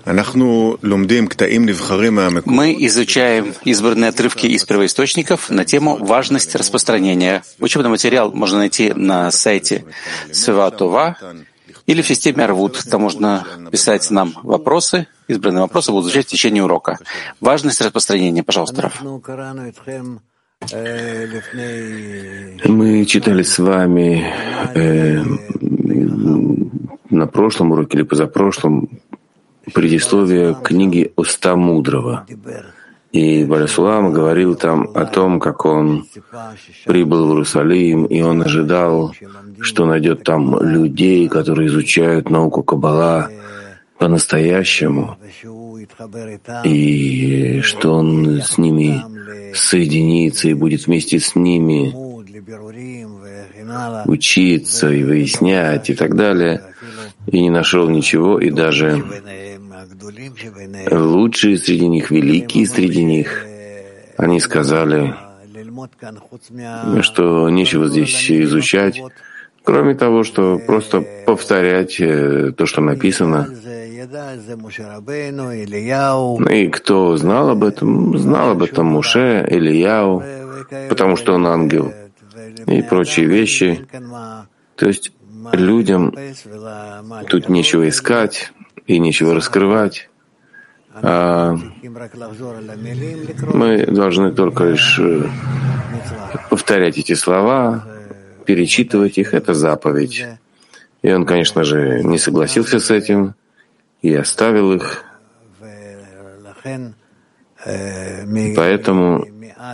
Мы изучаем избранные отрывки из первоисточников на тему «Важность распространения». Учебный материал можно найти на сайте Свева или в системе Арвуд. Там можно писать нам вопросы. Избранные вопросы будут звучать в течение урока. Важность распространения. Пожалуйста, Раф. Мы читали с вами на прошлом уроке или позапрошлом предисловие книги «Уста мудрого». И Бааль Сулам говорил там о том, как он прибыл в Иерусалим, и он ожидал, что найдет там людей, которые изучают науку Каббала по-настоящему, и что он с ними соединится и будет вместе с ними учиться и выяснять и так далее, и не нашел ничего, и даже лучшие среди них, великие среди них, они сказали, что нечего здесь изучать, кроме того, что просто повторять то, что написано. И кто знал об этом Моше, Илияу, потому что он ангел, и прочие вещи. То есть людям тут нечего искать и нечего раскрывать. А мы должны только лишь повторять эти слова, перечитывать их — это заповедь. И он, конечно же, не согласился с этим и оставил их. Поэтому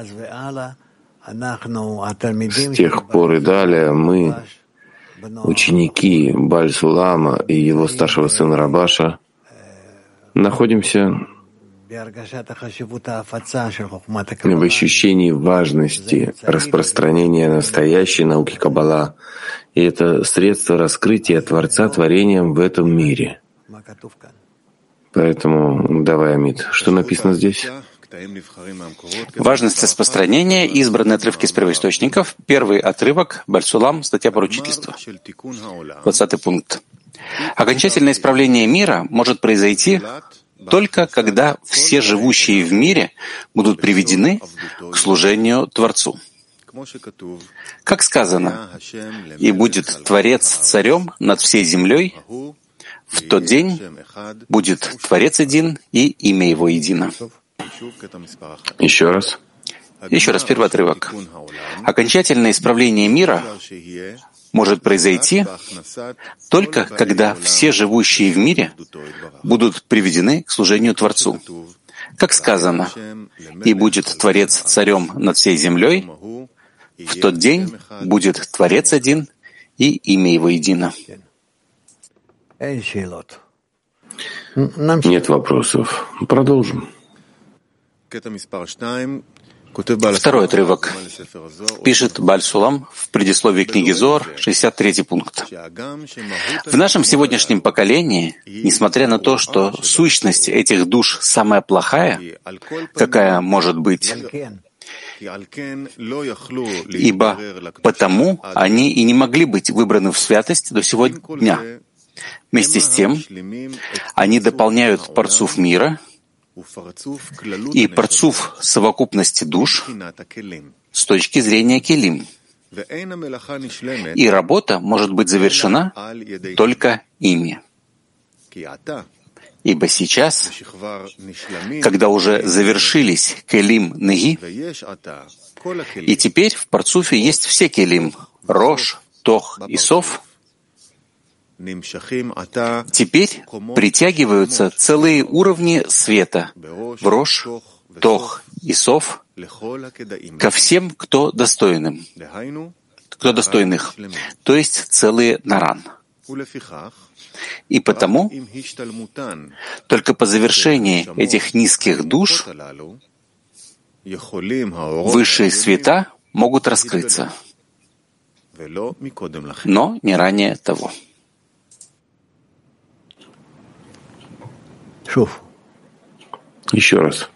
с тех пор и далее мы, ученики Бааль Сулама и его старшего сына Рабаша, находимся в ощущении важности распространения настоящей науки Каббала, и это средство раскрытия Творца творением в этом мире. Поэтому давай, Амит, что написано здесь? Важность распространения, избранные отрывки из первоисточников. Первый отрывок, Бааль Сулам, статья поручительства. 20-й пункт. Окончательное исправление мира может произойти только когда все живущие в мире будут приведены к служению Творцу. Как сказано, «И будет Творец царем над всей землей, в тот день будет Творец един, и имя Его едино». Еще раз, первый отрывок. Окончательное исправление мира может произойти только когда все живущие в мире будут приведены к служению Творцу. Как сказано, «И будет Творец царем над всей землей, в тот день будет Творец один, и имя Его едино». Нет вопросов. Продолжим. Второй отрывок. Пишет Бааль Сулам в предисловии книги Зоар, 63-й пункт. В нашем сегодняшнем поколении, несмотря на то, что сущность этих душ самая плохая, какая может быть, ибо потому они и не могли быть выбраны в святость до сего дня. Вместе с тем, они дополняют парцуф мира и парцуф совокупности душ с точки зрения келим. И работа может быть завершена только ими. Ибо сейчас, когда уже завершились келим неги, и теперь в парцуфе есть все келим — рош, тох и сов, теперь притягиваются целые уровни света в рош, тох и сов ко всем, кто достойных, то есть целые наран. И потому только по завершении этих низких душ высшие света могут раскрыться, но не ранее того. Еще раз.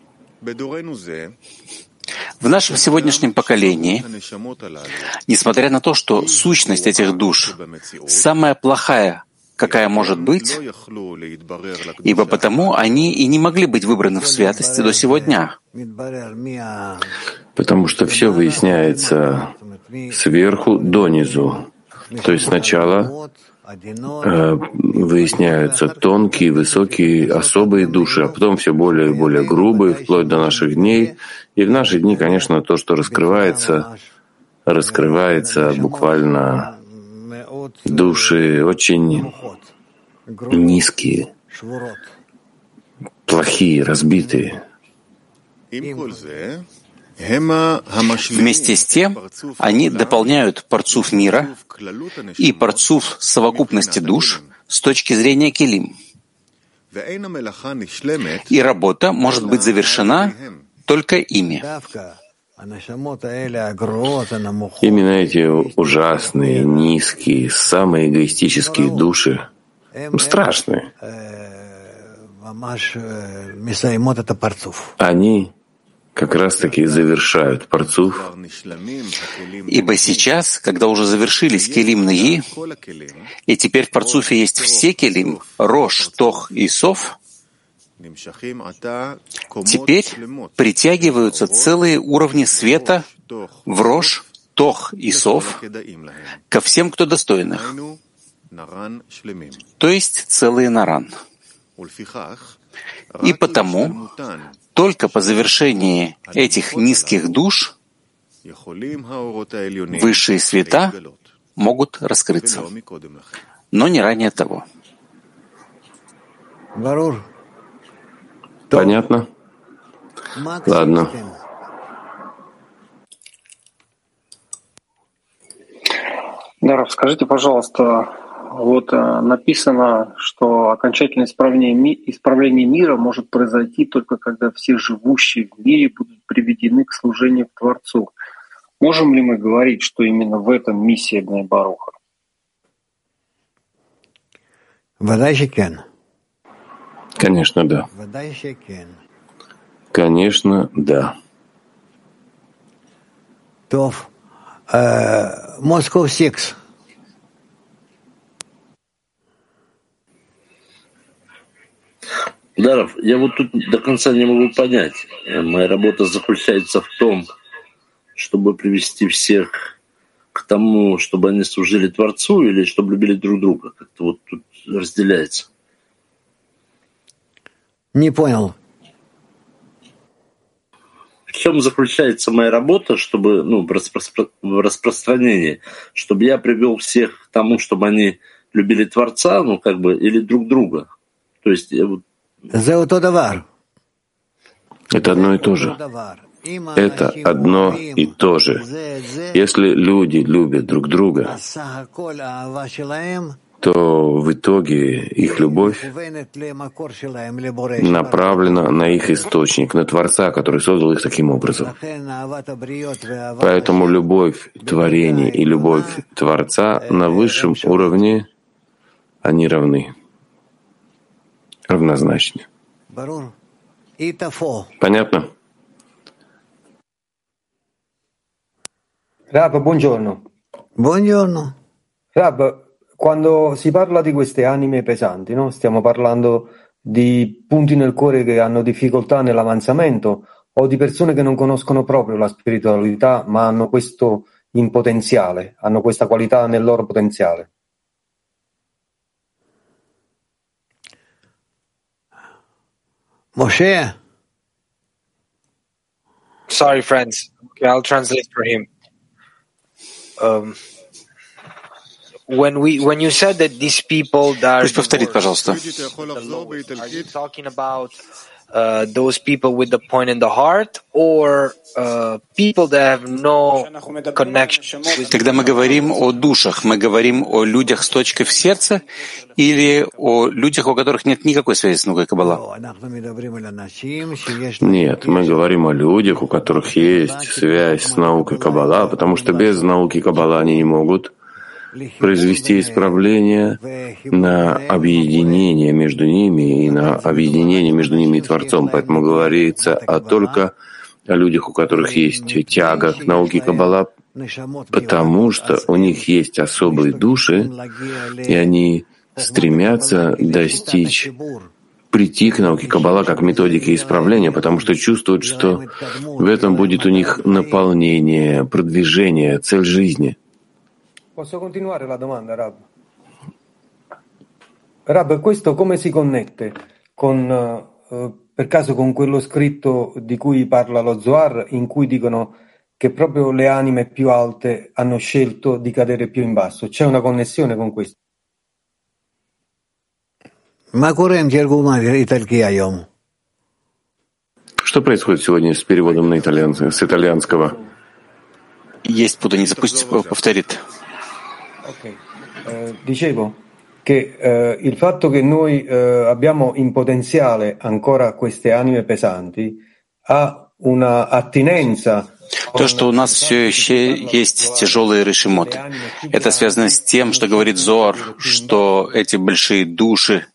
В нашем сегодняшнем поколении, несмотря на то, что сущность этих душ самая плохая, какая может быть, ибо потому они и не могли быть выбраны в святости до сего дня. Потому что все выясняется сверху донизу. То есть сначала выясняются тонкие, высокие, особые души, а потом все более и более грубые, вплоть до наших дней. И в наши дни, конечно, то, что раскрывается буквально души очень низкие, плохие, разбитые. Вместе с тем, они дополняют парцуф мира и парцуф совокупности душ с точки зрения келим. И работа может быть завершена только ими. Именно эти ужасные, низкие, самые эгоистические души, страшные, они как раз-таки завершают парцуф. Ибо сейчас, когда уже завершились келим наи, и теперь в парцуфе есть все келим, рош, тох и сов, теперь притягиваются целые уровни света в рош, тох и сов ко всем, кто достоин их, то есть целые наран. И потому только по завершении этих низких душ высшие света могут раскрыться, но не ранее того. Понятно? Ладно. Даров, скажите, пожалуйста, вот написано, что окончательное исправление мира может произойти только когда все живущие в мире будут приведены к служению к Творцу. Можем ли мы говорить, что именно в этом миссия Бней Баруха? Конечно, да. Конечно, да. Moscow 6. Даров, я вот тут до конца не могу понять. Моя работа заключается в том, чтобы привести всех к тому, чтобы они служили Творцу или чтобы любили друг друга. Как-то вот тут разделяется. Не понял. В чем заключается моя работа, чтобы, в распространении, чтобы я привел всех к тому, чтобы они любили Творца, или друг друга. То есть это одно и то же. Это одно и то же. Если люди любят друг друга, то в итоге их любовь направлена на их источник, на Творца, который создал их таким образом. Поэтому любовь творений и любовь Творца на высшем уровне, они равны, равнозначны. Понятно? Rab, buongiorno. Buongiorno. Rab, quando si parla di queste anime pesanti, no? Stiamo parlando di punti nel cuore che hanno difficoltà nell'avanzamento o di persone che non conoscono proprio la spiritualità ma hanno questo in potenziale, hanno questa qualità nel loro potenziale. Moshe. Sorry, friends. Okay, I'll translate for him. When you said that these people that Пусть повторит, пожалуйста. are you talking about those people with the point in the heart or people that have no connection with... Когда мы говорим о душах, мы говорим о людях с точкой в сердце или о людях, у которых нет никакой связи с наукой Каббала? Нет, мы говорим о людях, у которых есть связь с наукой Каббала, потому что без науки Каббала они не могут произвести исправление на объединение между ними и на объединение между ними и Творцом. Поэтому говорится только о людях, у которых есть тяга к науке Каббала, потому что у них есть особые души, и они стремятся прийти к науке Каббала как методике исправления, потому что чувствуют, что в этом будет у них наполнение, продвижение, цель жизни. Posso continuare la domanda, Rab? Rab, questo come si connette per caso con quello scritto di cui parla lo Zohar, in cui dicono che proprio le anime più alte hanno scelto di cadere più in basso? C'è una connessione con questo? Что происходит сегодня с переводом на с итальянского? Есть путаница, пусть повторит. Dicevo che il fatto che noi abbiamo in potenziale ancora queste anime pesanti ha una attinenza. То, что у нас все еще есть тяжелые решимот, это связано с тем, что говорит Зоар, что эти большие души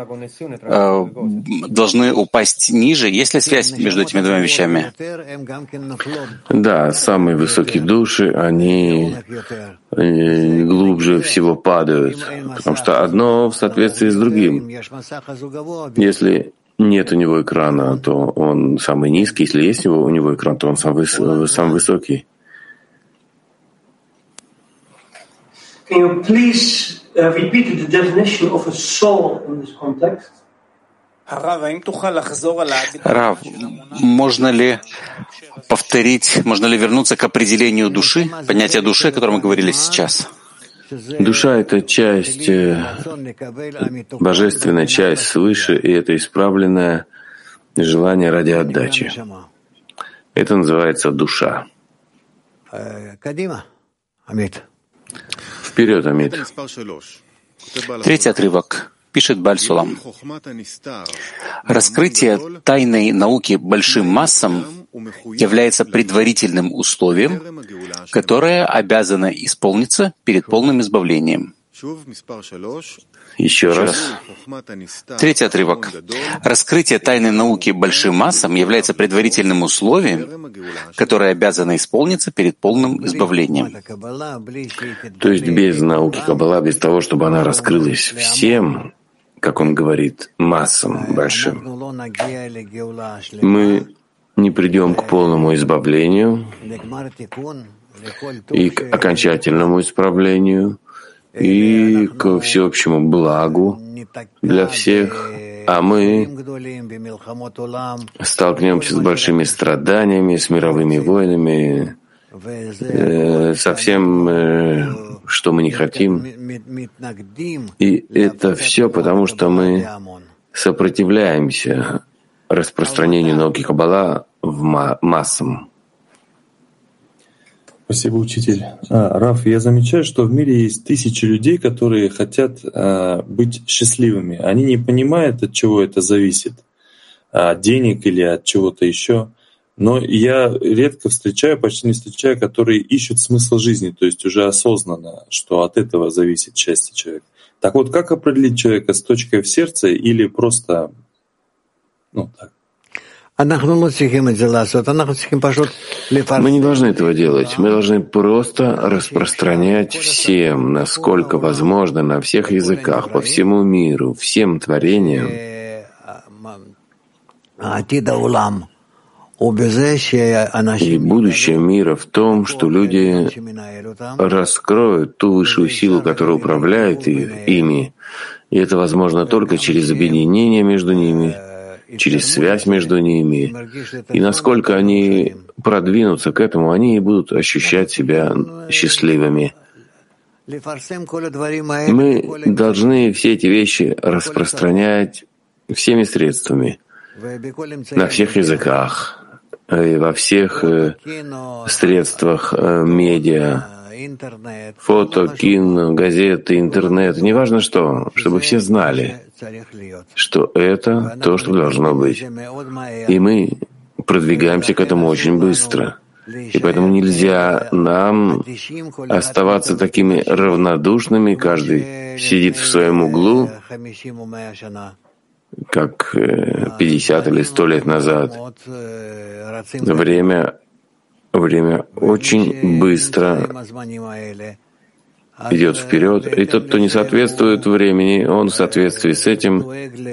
должны упасть ниже. Есть ли связь между этими двумя вещами? Да, самые высокие души, они глубже всего падают, потому что одно в соответствии с другим. Если нет у него экрана, то он самый низкий. Если есть у него экран, то он самый высокий. Can you please repeat the definition of a soul in this context? Рав, можно ли вернуться к определению души, понятия души, о котором мы говорили сейчас? Душа — это часть, божественная часть свыше, и это исправленное желание ради отдачи. Это называется душа. Вперед, Амит. Третий отрывок. Пишет Бааль Сулам. Раскрытие тайной науки большим массам является предварительным условием, которое обязано исполниться перед полным избавлением. Еще раз. Третий отрывок. Раскрытие тайной науки большим массам является предварительным условием, которое обязано исполниться перед полным избавлением. То есть без науки Каббала, без того, чтобы она раскрылась всем, как он говорит, массам большим, мы не придем к полному избавлению и к окончательному исправлению, и к всеобщему благу для всех, а мы столкнемся с большими страданиями, с мировыми войнами, со всем, что мы не хотим. И это все потому, что мы сопротивляемся распространению науки Каббала в массам. Спасибо, учитель. Раф, я замечаю, что в мире есть тысячи людей, которые хотят быть счастливыми. Они не понимают, от чего это зависит, от денег или от чего-то еще. Но я редко встречаю, почти не встречаю, которые ищут смысл жизни, то есть уже осознанно, что от этого зависит счастье человека. Так вот, как определить человека с точкой в сердце или просто, так? Мы не должны этого делать. Мы должны просто распространять всем, насколько возможно, на всех языках, по всему миру, всем творениям. И будущее мира в том, что люди раскроют ту высшую силу, которая управляет ими, и это возможно только через объединение между ними, через связь между ними. И насколько они продвинутся к этому, они и будут ощущать себя счастливыми. Мы должны все эти вещи распространять всеми средствами, на всех языках, и во всех средствах медиа, фото, кино, газеты, интернет, неважно что, чтобы все знали, что это то, что должно быть. И мы продвигаемся к этому очень быстро. И поэтому нельзя нам оставаться такими равнодушными, каждый сидит в своем углу, как 50 или 100 лет назад. Время очень быстро идет вперед, и тот, кто не соответствует времени, он в соответствии с этим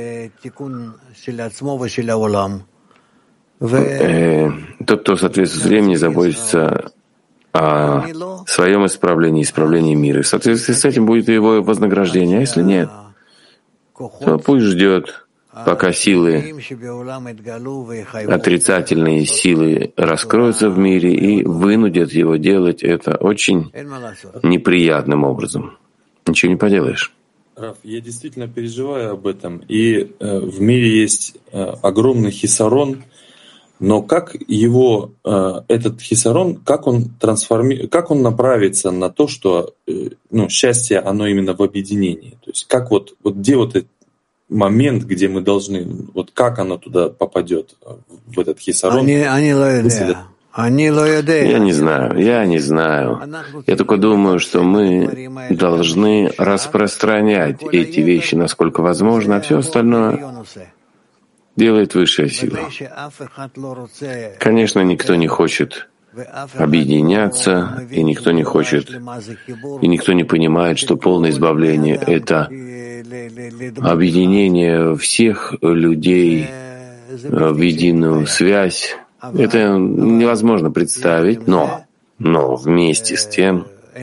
тот, кто соответствует времени, заботится о своем исправлении мира. И в соответствии с этим будет его вознаграждение. А если нет, то пусть ждет, пока силы, отрицательные силы раскроются в мире и вынудят его делать это очень неприятным образом. Ничего не поделаешь. Раф, я действительно переживаю об этом. И в мире есть огромный хисарон, но как его, этот хисарон, как он направится на то, что счастье, оно именно в объединении? То есть как где этот момент, где мы должны, как оно туда попадет, в этот хисарон? Я не знаю. Я только думаю, что мы должны распространять эти вещи, насколько возможно, а все остальное делает высшая сила. Конечно, никто не хочет объединяться, и никто не хочет, и никто не понимает, что полное избавление — это объединение всех людей в единую связь. Это невозможно представить, но вместе с тем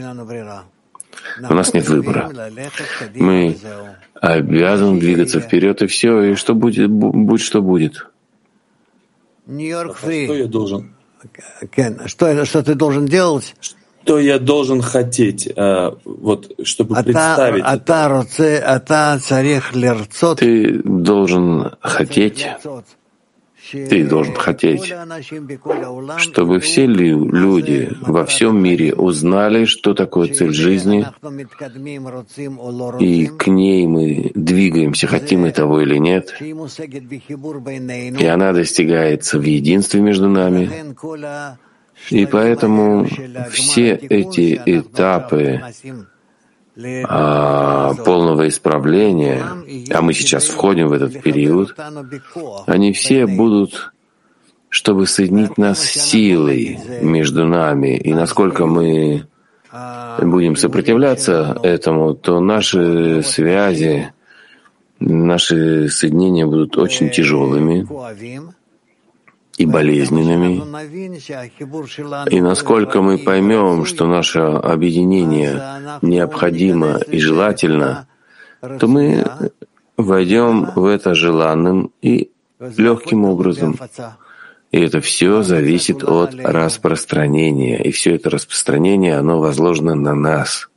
у нас нет выбора. Мы обязаны двигаться вперед, и все, и что будет, будь что будет. Что я должен? Что ты должен делать? Что я должен хотеть, чтобы представить? Ты должен хотеть, чтобы все люди во всем мире узнали, что такое цель жизни, и к ней мы двигаемся, хотим мы того или нет, и она достигается в единстве между нами. И поэтому все эти этапы полного исправления, а мы сейчас входим в этот период, они все будут, чтобы соединить нас силой между нами. И насколько мы будем сопротивляться этому, то наши связи, наши соединения будут очень тяжелыми и болезненными. И насколько мы поймем, что наше объединение необходимо и желательно, то мы войдем в это желанным и легким образом. И это все зависит от распространения. И все это распространение, оно возложено на нас.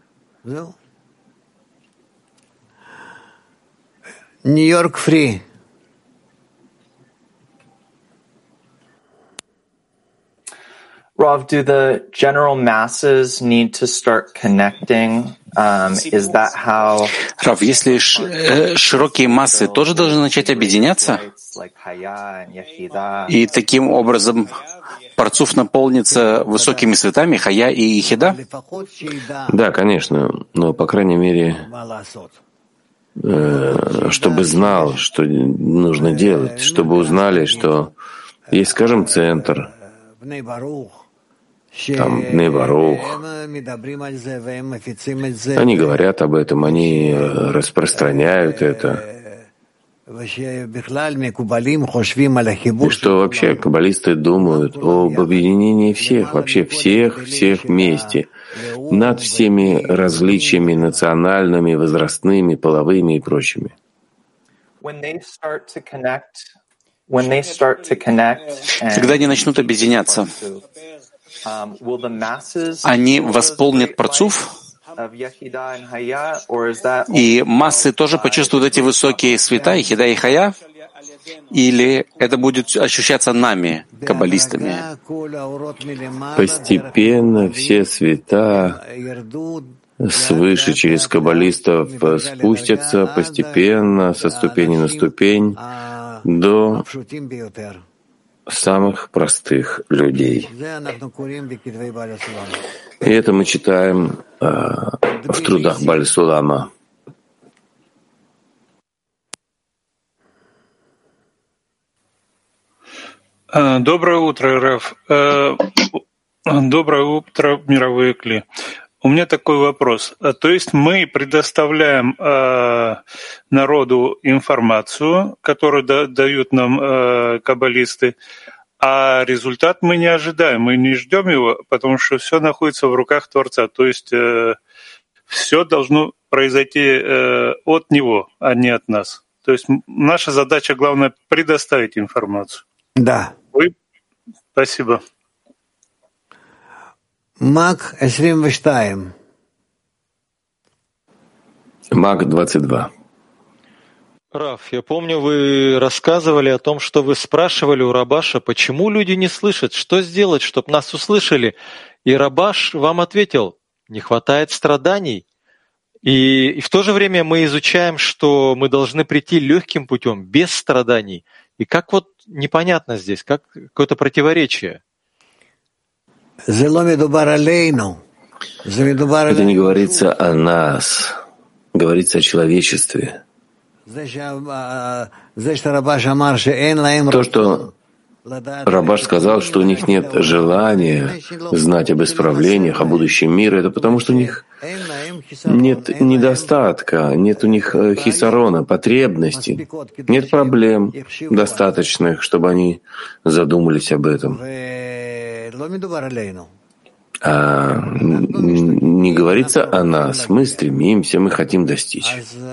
Нью-Йорк фри. Rav, do the general masses need to start connecting? Is that how? Рав, если широкие массы тоже должны начать объединяться, и таким образом Парцуф наполнится высокими светами, Хая и Ехида? Да, конечно, но, по крайней мере, чтобы знал, что нужно делать, чтобы узнали, что есть, скажем, центр, там Бней-Барух. Они говорят об этом, они распространяют это. И что вообще каббалисты думают об объединении всех, вообще всех вместе, над всеми различиями национальными, возрастными, половыми и прочими. Когда они начнут объединяться, они восполнят Парцуф, и массы тоже почувствуют эти высокие света, Ехида и Хая, или это будет ощущаться нами, каббалистами? Постепенно все света свыше через каббалистов спустятся, постепенно, со ступени на ступень, до самых простых людей. И это мы читаем в трудах Баль-Сулама. Доброе утро, Раф. Доброе утро, мировые кли. У меня такой вопрос. То есть мы предоставляем народу информацию, которую дают нам каббалисты, а результат мы не ожидаем, мы не ждем его, потому что все находится в руках Творца. То есть все должно произойти от Него, а не от нас. То есть наша задача, главное, предоставить информацию. Да. Спасибо. Мак 22. Мак 22. Раф, я помню, вы рассказывали о том, что вы спрашивали у Рабаша, почему люди не слышат, что сделать, чтобы нас услышали. И Рабаш вам ответил, не хватает страданий. И в то же время мы изучаем, что мы должны прийти легким путем, без страданий. И как вот непонятно здесь, как какое-то противоречие. Это не говорится о нас, говорится о человечестве. То, что Рабаш сказал, что у них нет желания знать об исправлениях, о будущем мира, это потому, что у них нет недостатка, нет у них хисарона, потребностей, нет проблем достаточных, чтобы они задумались об этом. А не говорится о нас. Мы стремимся, мы хотим достичь.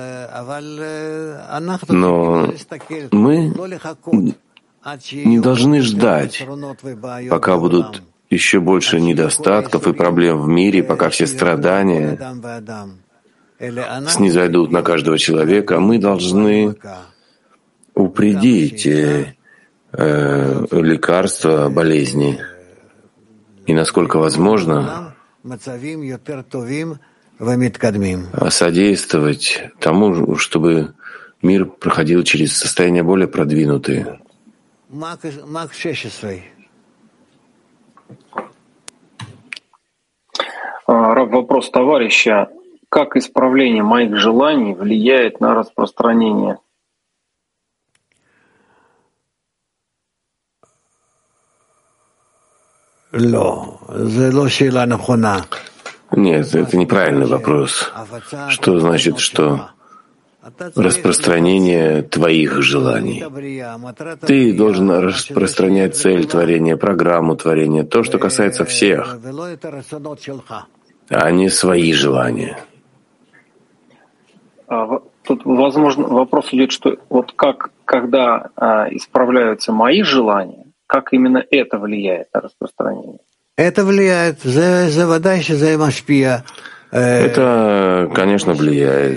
Но мы не должны ждать, пока будут еще больше недостатков и проблем в мире, пока все страдания снизойдут на каждого человека. Мы должны упредить лекарства болезни. И насколько возможно, содействовать тому, чтобы мир проходил через состояния более продвинутые. Вопрос товарища. Как исправление моих желаний влияет на распространение? Нет, это неправильный вопрос. Что значит, что распространение твоих желаний? Ты должен распространять цель творения, программу творения, то, что касается всех, а не свои желания. Тут, возможно, вопрос идет, что вот как, когда исправляются мои желания, как именно это влияет на распространение? Это влияет. Это, конечно, влияет.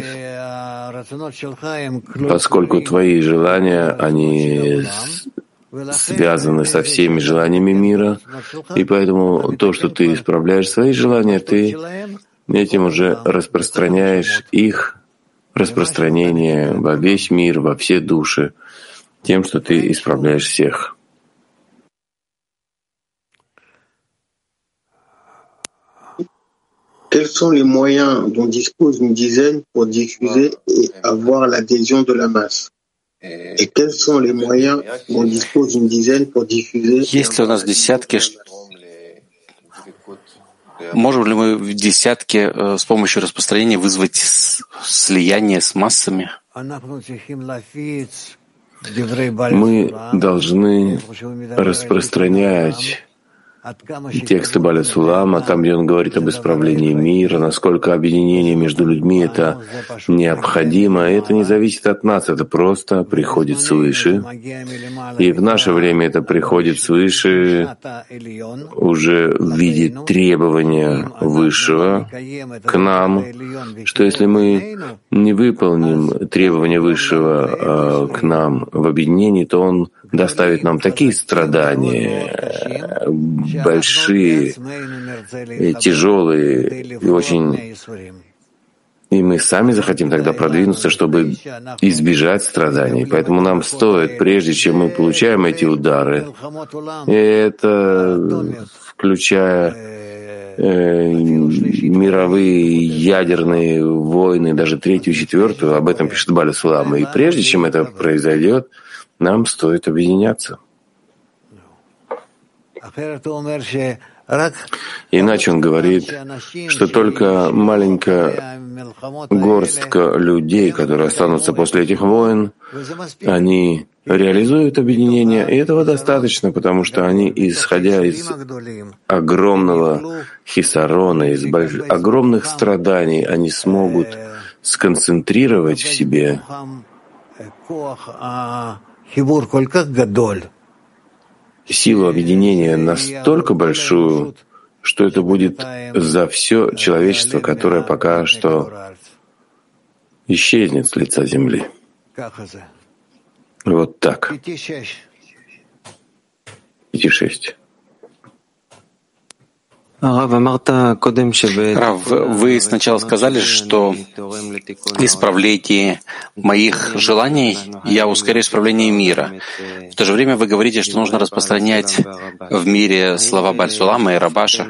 Поскольку твои желания, они связаны со всеми желаниями мира, и поэтому то, что ты исправляешь свои желания, ты этим уже распространяешь их распространение во весь мир, во все души, тем, что ты исправляешь всех. Quels sont les moyens dont dispose une dizaine pour diffuser et avoir l'adhésion de la masse? Et quels sont les moyens dont dispose une dizaine pour diffuser? Есть ли у нас десятки? Можем ли мы в десятке с помощью распространения вызвать слияние с массами? Мы должны распространять тексты Баля Сулама, там, где он говорит об исправлении мира, насколько объединение между людьми — это необходимо. Это не зависит от нас, это просто приходит свыше. И в наше время это приходит свыше уже в виде требования Высшего к нам, что если мы не выполним требования Высшего к нам в объединении, то Он доставит нам такие страдания, большие, тяжелые и очень... И мы сами захотим тогда продвинуться, чтобы избежать страданий. Поэтому нам стоит, прежде чем мы получаем эти удары, и это включая мировые ядерные войны, даже третью и четвертую, об этом пишет Баля Сулама. И прежде чем это произойдет, нам стоит объединяться. Иначе он говорит, что только маленькая горстка людей, которые останутся после этих войн, они реализуют объединение, и этого достаточно, потому что они, исходя из огромного хисарона, из огромных страданий, они смогут сконцентрировать в себе силу объединения настолько большую, что это будет за все человечество, которое пока что исчезнет с лица земли. Вот так. 5-6. Рав, вы сначала сказали, что в исправлении моих желаний я ускорю исправление мира. В то же время вы говорите, что нужно распространять в мире слова Бальсулама и Рабаша.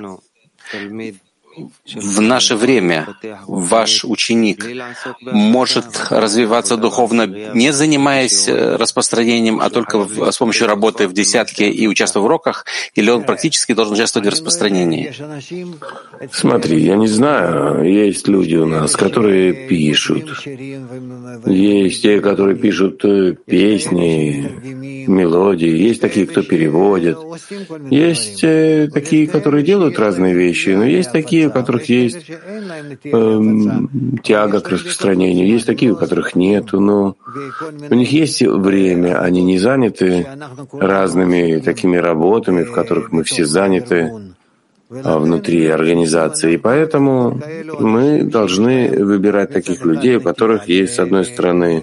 В наше время ваш ученик может развиваться духовно, не занимаясь распространением, а только с помощью работы в десятке и участвуя в уроках, или он практически должен участвовать в распространении? Смотри, я не знаю, есть люди у нас, которые пишут. Есть те, которые пишут песни, мелодии, есть такие, кто переводит. Есть такие, которые делают разные вещи, но есть такие, у которых есть тяга к распространению, есть такие, у которых нет, но у них есть время, они не заняты разными такими работами, в которых мы все заняты внутри организации, и поэтому мы должны выбирать таких людей, у которых есть, с одной стороны,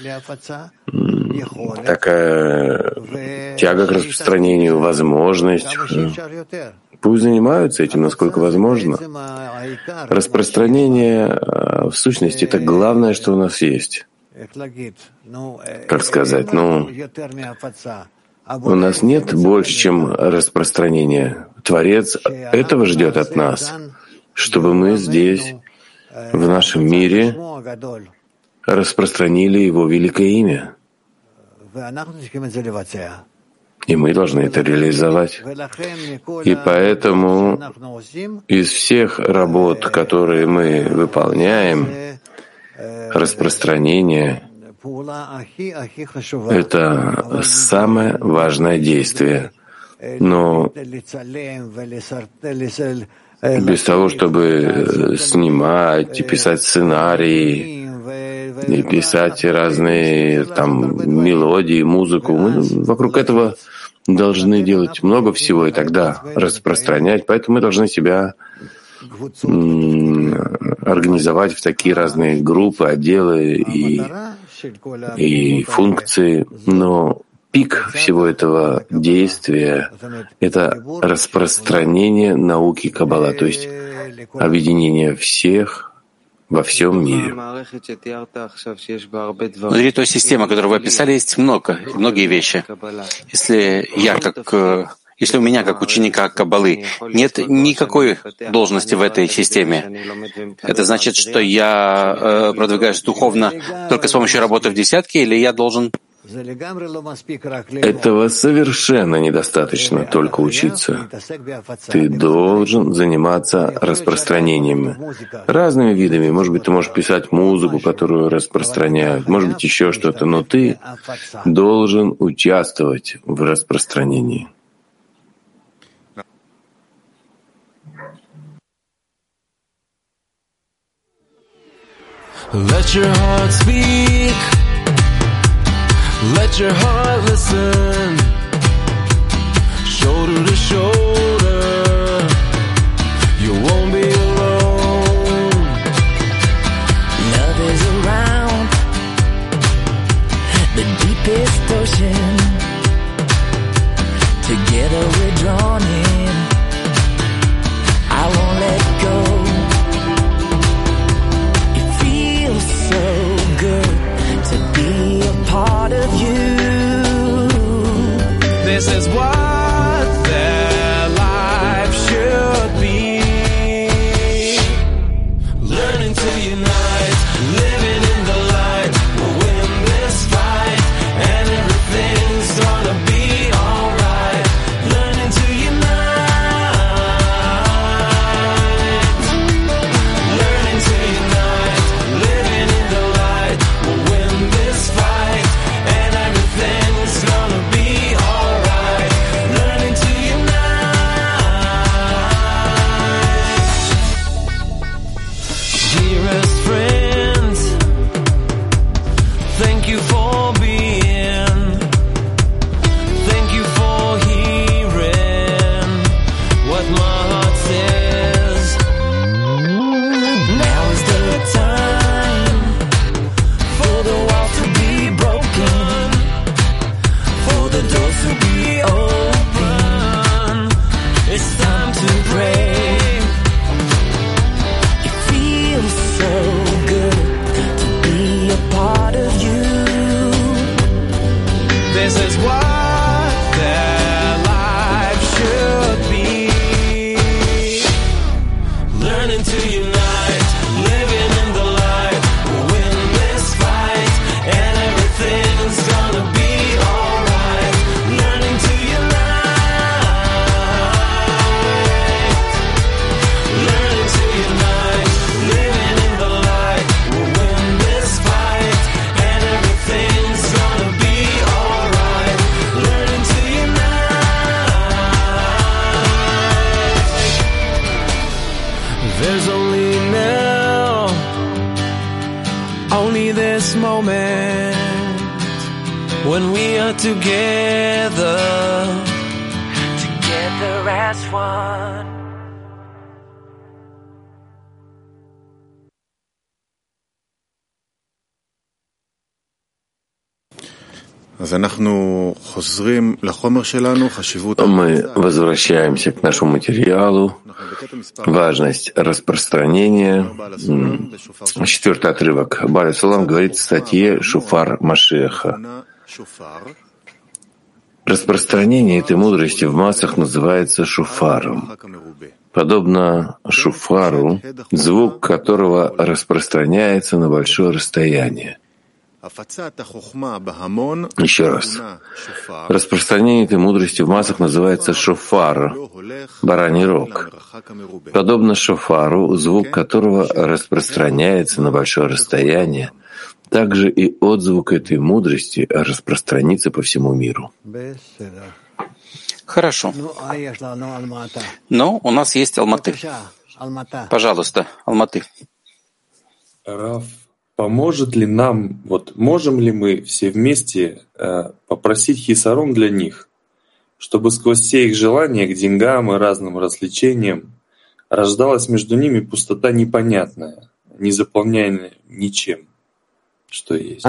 такая тяга к распространению, возможность. Пусть занимаются этим, насколько возможно. Распространение, в сущности, это главное, что у нас есть. Как сказать, у нас нет больше, чем распространение. Творец этого ждет от нас, чтобы мы здесь, в нашем мире, распространили Его великое имя. И мы должны это реализовать. И поэтому из всех работ, которые мы выполняем, распространение — это самое важное действие. Но без того, чтобы снимать и писать сценарии, и писать разные мелодии, музыку, мы вокруг этого должны делать много всего и тогда распространять. Поэтому мы должны себя организовать в такие разные группы, отделы и функции. Но пик всего этого действия — это распространение науки Каббала, то есть объединение всех во всем мире. Внутри той системы, которую вы описали, есть многие вещи. Если у меня, как ученика Каббалы, нет никакой должности в этой системе, это значит, что я продвигаюсь духовно только с помощью работы в десятке, или я должен... Этого совершенно недостаточно только учиться. Ты должен заниматься распространением разными видами. Может быть, ты можешь писать музыку, которую распространяют, может быть, еще что-то, но ты должен участвовать в распространении. Let your heart speak. Let your heart listen, shoulder to shoulder, you won't be alone. Love is around the deepest ocean, together we're drawn in, I won't let go. It feels so good to be a part of you. This is what their life should be. Learning to unite, living in the light. We'll win this fight, and everything's gonna be alright. Learning to unite. doors will be open. It's time to pray. It feels so good to be a part of you. This is what their life should be. Learning to unite, living in the light. We'll win this fight, and everything's gonna be alright. Learning to unite, learning to unite, living in the light. We'll win this fight, and everything's gonna be alright. Learning to unite. There's only now, only this moment, when we are together, together as one. Мы возвращаемся к нашему материалу. Важность распространения. 4-й отрывок. Бааль ха-Олам говорит в статье «Шофар Машиаха». Распространение этой мудрости в массах называется шофаром. Подобно шофару, звук которого распространяется на большое расстояние. Еще раз. Распространение этой мудрости в массах называется шофар, бараний рог. Подобно шофару, звук которого распространяется на большое расстояние, также и отзвук этой мудрости распространится по всему миру. Хорошо. Но у нас есть Алматы. Пожалуйста, Алматы. Рав, поможет ли нам, можем ли мы все вместе попросить хисарон для них, чтобы сквозь все их желания к деньгам и разным развлечениям рождалась между ними пустота непонятная, не заполняемая ничем, что есть?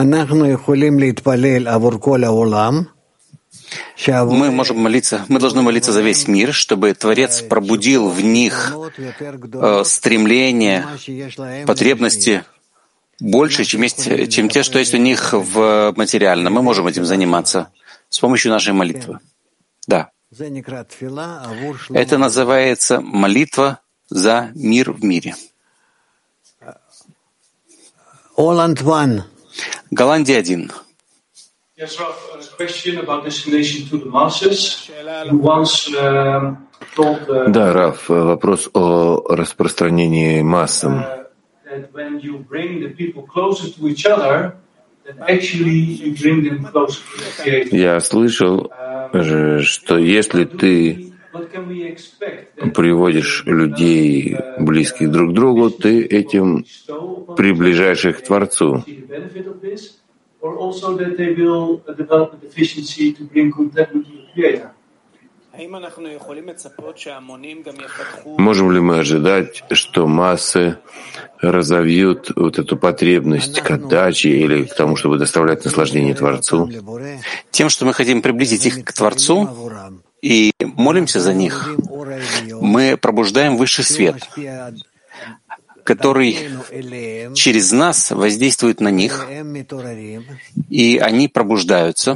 Мы можем молиться, мы должны молиться за весь мир, чтобы Творец пробудил в них стремления, потребности больше, чем те, что есть у них в материальном. Мы можем этим заниматься с помощью нашей молитвы. Да. Это называется молитва за мир в мире. Голландия 1. Да, Рав, вопрос о распространении массам. Я слышал, что если ты приводишь людей, близких друг к другу, ты этим приближаешь их к Творцу. Можем ли мы ожидать, что массы разовьют эту потребность к отдаче или к тому, чтобы доставлять наслаждение Творцу? Тем, что мы хотим приблизить их к Творцу и молимся за них, мы пробуждаем высший свет, который через нас воздействует на них, и они пробуждаются.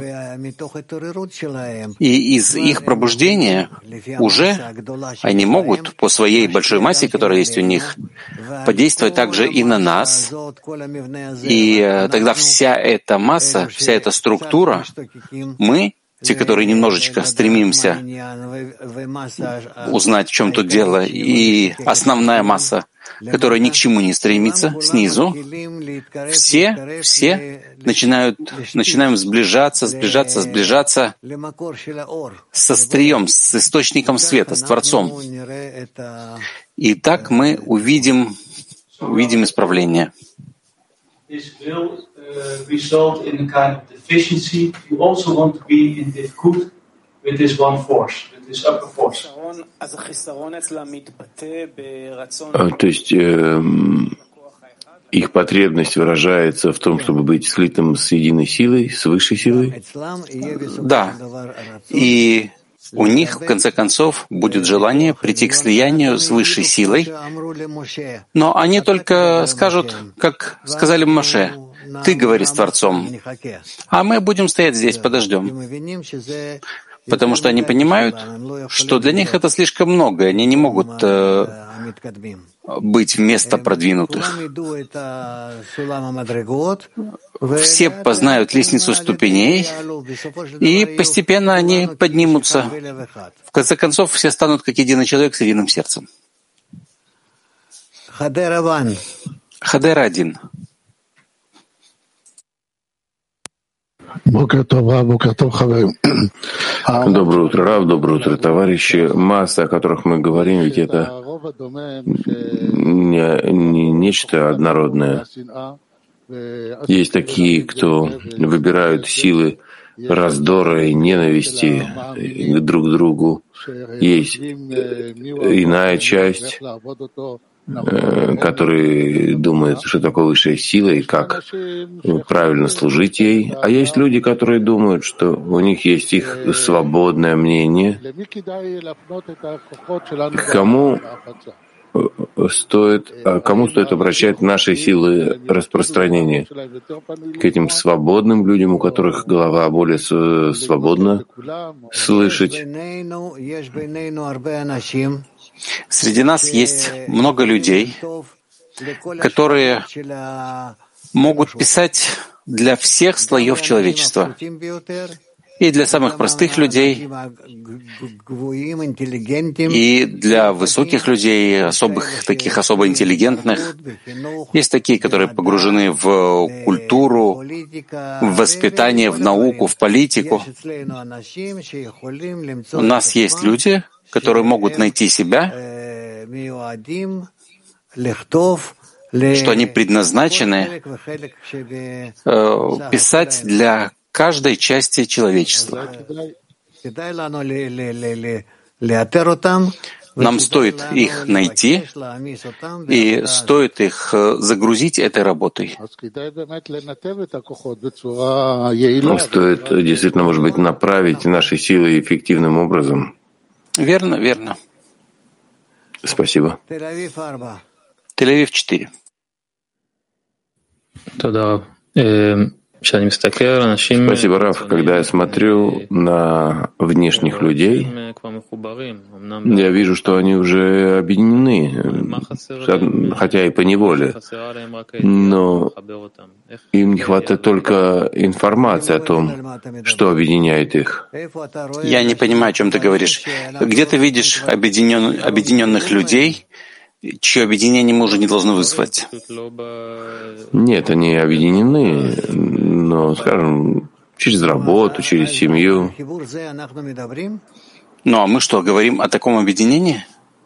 И из их пробуждения уже они могут по своей большой массе, которая есть у них, подействовать также и на нас. И тогда вся эта масса, вся эта структура, мы, те, которые немножечко стремимся узнать, в чем тут дело, и основная масса, которая ни к чему не стремится, снизу, все начинаем сближаться с острием, с источником света, с Творцом. И так мы увидим исправление. Result in a kind of deficiency. You also want to be in diffkut with this one force, with this upper force. То есть их потребность выражается в том, чтобы быть слитым с единой силой, с высшей силой? Да. И у них, в конце концов, будет желание прийти к слиянию с высшей силой, но они только скажут, как сказали Моше: «Ты говори с Творцом, а мы будем стоять здесь, подождем». Потому что они понимают, что для них это слишком много, они не могут быть вместо продвинутых. Все познают лестницу ступеней, и постепенно они поднимутся. В конце концов, все станут как единый человек с единым сердцем. Хадер-1. Доброе утро, Рав, доброе утро, товарищи. Масса, о которых мы говорим, ведь это не нечто однородное. Есть такие, кто выбирают силы раздора и ненависти друг к другу. Есть иная часть, которые думают, что такое высшая сила и как правильно служить ей. А есть люди, которые думают, что у них есть их свободное мнение. Кому стоит обращать наши силы распространения? К этим свободным людям, у которых голова более свободна слышать. Среди нас есть много людей, которые могут писать для всех слоев человечества, и для самых простых людей, и для высоких людей, таких особо интеллигентных. Есть такие, которые погружены в культуру, в воспитание, в науку, в политику. У нас есть люди, которые могут найти себя, что они предназначены писать для каждой части человечества. Нам стоит их найти и стоит их загрузить этой работой. Стоит действительно, может быть, направить наши силы эффективным образом. Верно, верно. Спасибо. Тель-Авив 4. Спасибо, Раф. Когда я смотрю на внешних людей, я вижу, что они уже объединены, хотя и по неволе. Но им не хватает только информации о том, что объединяет их. Я не понимаю, о чем ты говоришь. Где ты видишь объединенных людей, чье объединение мы уже не должны вызвать? Нет, они объединены, но, скажем, через работу, через семью. Ну а мы что, говорим о таком объединении?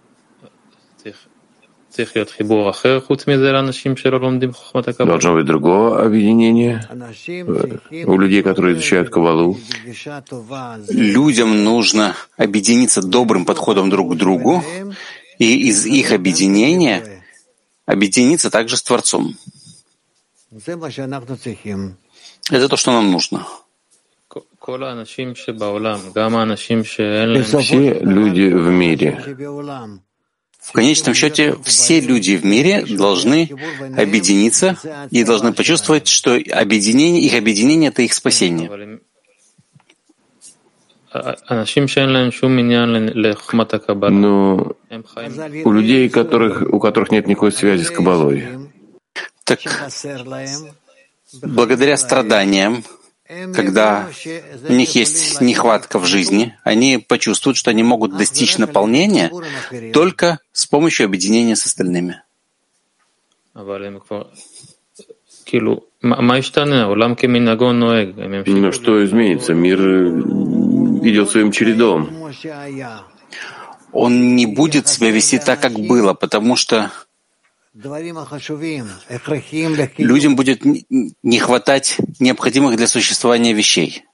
Должно быть другое объединение у людей, которые изучают Каббалу. Людям нужно объединиться добрым подходом друг к другу, и из их объединения объединиться также с Творцом. Это то, что нам нужно. Все люди в мире. В конечном счете, все люди в мире должны объединиться и должны почувствовать, что их объединение — это их спасение. Но у людей, у которых нет никакой связи с Каббалой. Так, благодаря страданиям, когда у них есть нехватка в жизни, они почувствуют, что они могут достичь наполнения только с помощью объединения с остальными. Но что изменится? Мир идет своим чередом. Он не будет себя вести так, как было, потому что людям будет не хватать необходимых для существования вещей.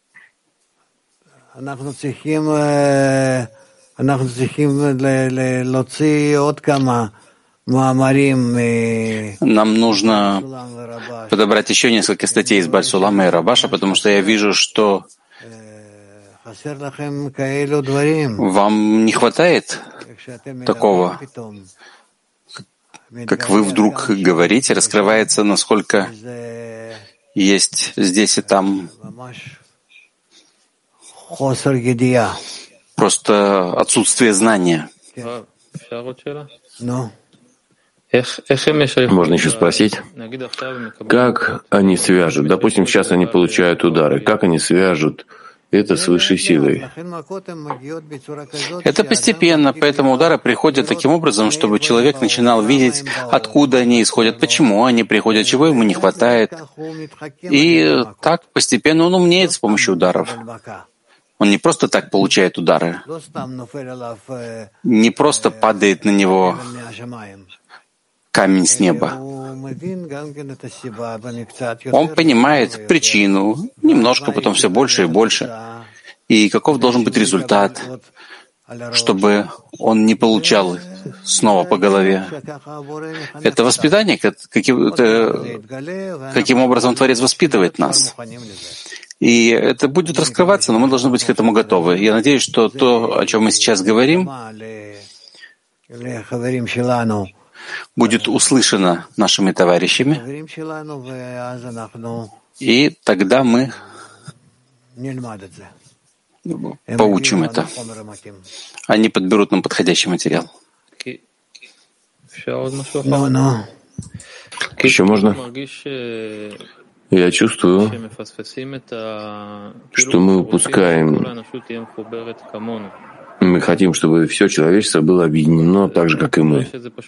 Нам нужно подобрать еще несколько статей из Бальсулама и Рабаша, потому что я вижу, что вам не хватает такого, как вы вдруг говорите, раскрывается, насколько есть здесь и там просто отсутствие знания. Можно еще спросить, как они свяжут? Допустим, сейчас они получают удары. Как они свяжут это с высшей силой? Это постепенно, поэтому удары приходят таким образом, чтобы человек начинал видеть, откуда они исходят, почему они приходят, чего ему не хватает. И так постепенно он умнеет с помощью ударов. Он не просто так получает удары, не просто падает на него камень с неба. Он понимает причину, немножко, потом все больше и больше. И каков должен быть результат, чтобы он не получал снова по голове. Это воспитание, каким образом Творец воспитывает нас. И это будет раскрываться, но мы должны быть к этому готовы. Я надеюсь, что то, о чем мы сейчас говорим, будет услышано нашими товарищами, и тогда мы поучим это. Они подберут нам подходящий материал. Еще можно? Я чувствую, что мы упускаем. Мы хотим, чтобы все человечество было объединено так же, как и мы.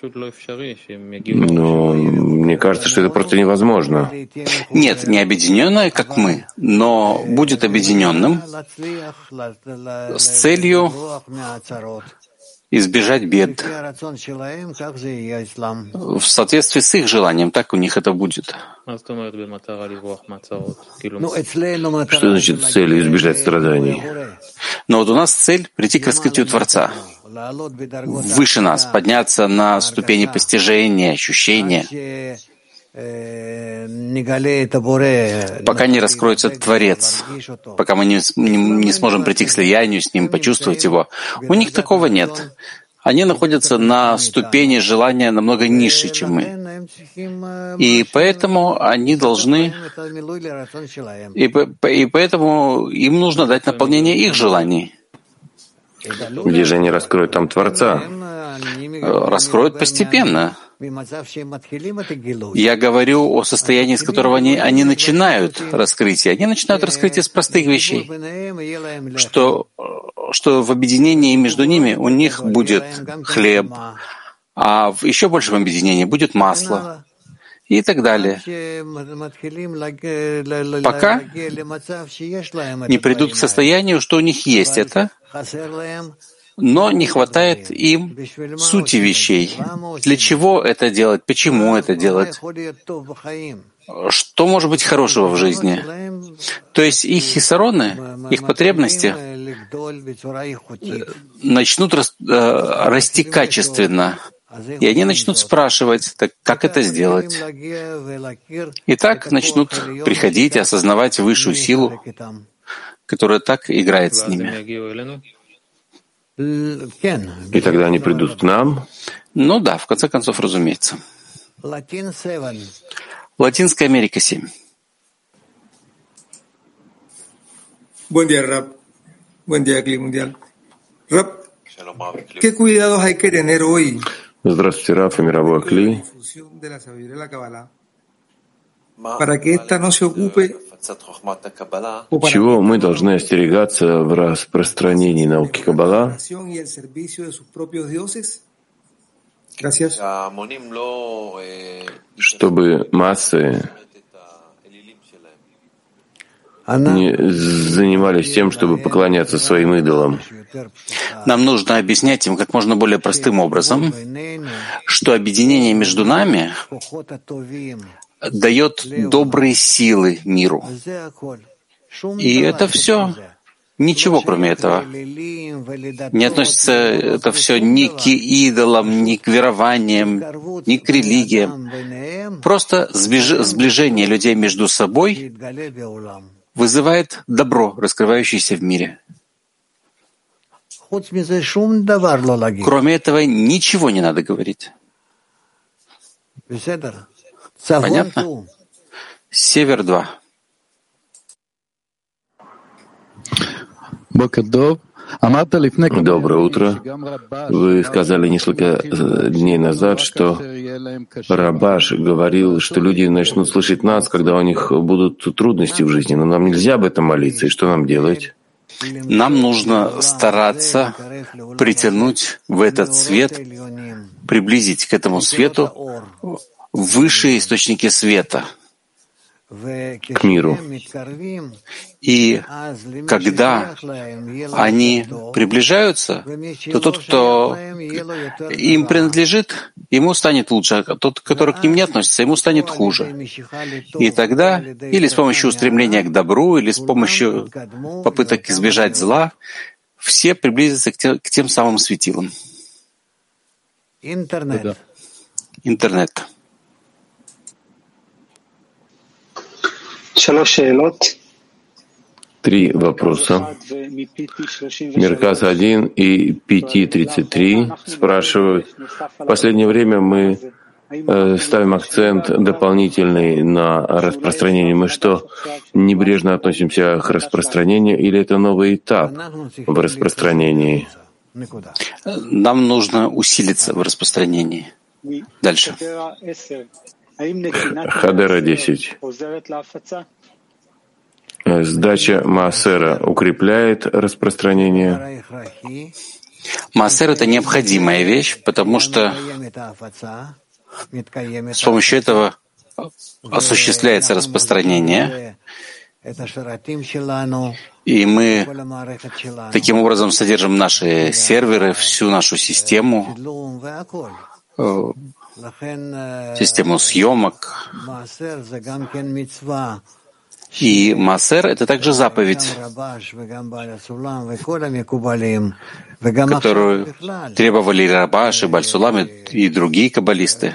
Но мне кажется, что это просто невозможно. Нет, не объединенное, как мы, но будет объединенным с целью избежать бед. В соответствии с их желанием, так у них это будет. Что значит цель избежать страданий? Но вот у нас цель — прийти к раскрытию Творца, выше нас, подняться на ступени постижения, ощущения, пока не раскроется Творец, пока мы не сможем прийти к слиянию с Ним, почувствовать Его. У них такого нет. Они находятся на ступени желания намного ниже, чем мы. И поэтому они должны... И поэтому им нужно дать наполнение их желаний. Где же они раскроют там Творца? Раскроют постепенно. Я говорю о состоянии, с которого они начинают раскрытие. Они начинают раскрытие с простых вещей, что в объединении между ними у них будет хлеб, а в еще большем объединении будет масло и так далее, пока не придут к состоянию, что у них есть это, но не хватает им сути вещей. Для чего это делать? Почему это делать? Что может быть хорошего в жизни? То есть их хисароны, их потребности начнут расти качественно, и они начнут спрашивать, так как это сделать? И так начнут приходить и осознавать высшую силу, которая так играет с ними. И тогда они придут к нам? Ну да, в конце концов, разумеется. Латинская Америка 7. Buen día, Rab. Buen día, Cli Mundial. Rab, ¿qué cuidados hay que tener hoy? Здравствуйте, Раф и мировой Кли. De la sabiduría de la Kabbalah, para que ésta no se ocupe. Чего мы должны остерегаться в распространении науки Каббала? Чтобы массы не занимались тем, чтобы поклоняться своим идолам. Нам нужно объяснять им как можно более простым образом, что объединение между нами дает добрые силы миру. И это все. Ничего, кроме этого. Не относится это все ни к идолам, ни к верованиям, ни к религиям. Просто сближение людей между собой вызывает добро, раскрывающееся в мире. Кроме этого, ничего не надо говорить. Понятно? Север 2. Доброе утро. Вы сказали несколько дней назад, что Рабаш говорил, что люди начнут слышать нас, когда у них будут трудности в жизни. Но нам нельзя об этом молиться. И что нам делать? Нам нужно стараться притянуть в этот свет, приблизить к этому свету высшие источники света, к миру. И когда они приближаются, то тот, кто им принадлежит, ему станет лучше, а тот, который к ним не относится, ему станет хуже. И тогда, или с помощью устремления к добру, или с помощью попыток избежать зла, все приблизятся к тем самым светилам. Интернет. 3 вопроса. Мерказ 1 и PT-33 спрашивают. В последнее время мы ставим акцент дополнительный на распространение. Мы что, небрежно относимся к распространению, или это новый этап в распространении? Нам нужно усилиться в распространении. Дальше. Хадера 10. Сдача Маасера укрепляет распространение? Маасер — это необходимая вещь, потому что с помощью этого осуществляется распространение, и мы таким образом содержим наши серверы, всю нашу систему, систему съемок. И Маасер — это также заповедь, которую требовали Рабаш и Баль-Сулам и другие каббалисты.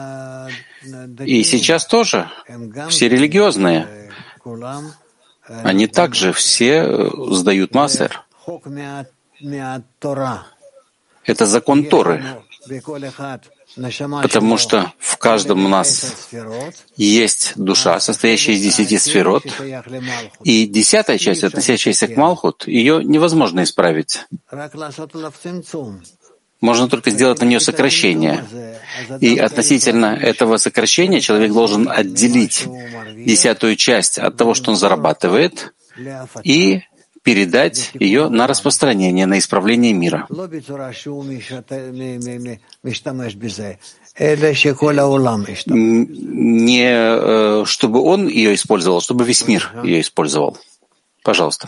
И сейчас тоже все религиозные, они также все сдают Маасер. Это закон Торы, потому что в каждом у нас есть душа, состоящая из 10 сферот, и 10-я часть, относящаяся к Малхут, ее невозможно исправить. Можно только сделать на нее сокращение. И относительно этого сокращения человек должен отделить 10-ю часть от того, что он зарабатывает, и передать ее на распространение, на исправление мира. Не чтобы он ее использовал, чтобы весь мир ее использовал. Пожалуйста.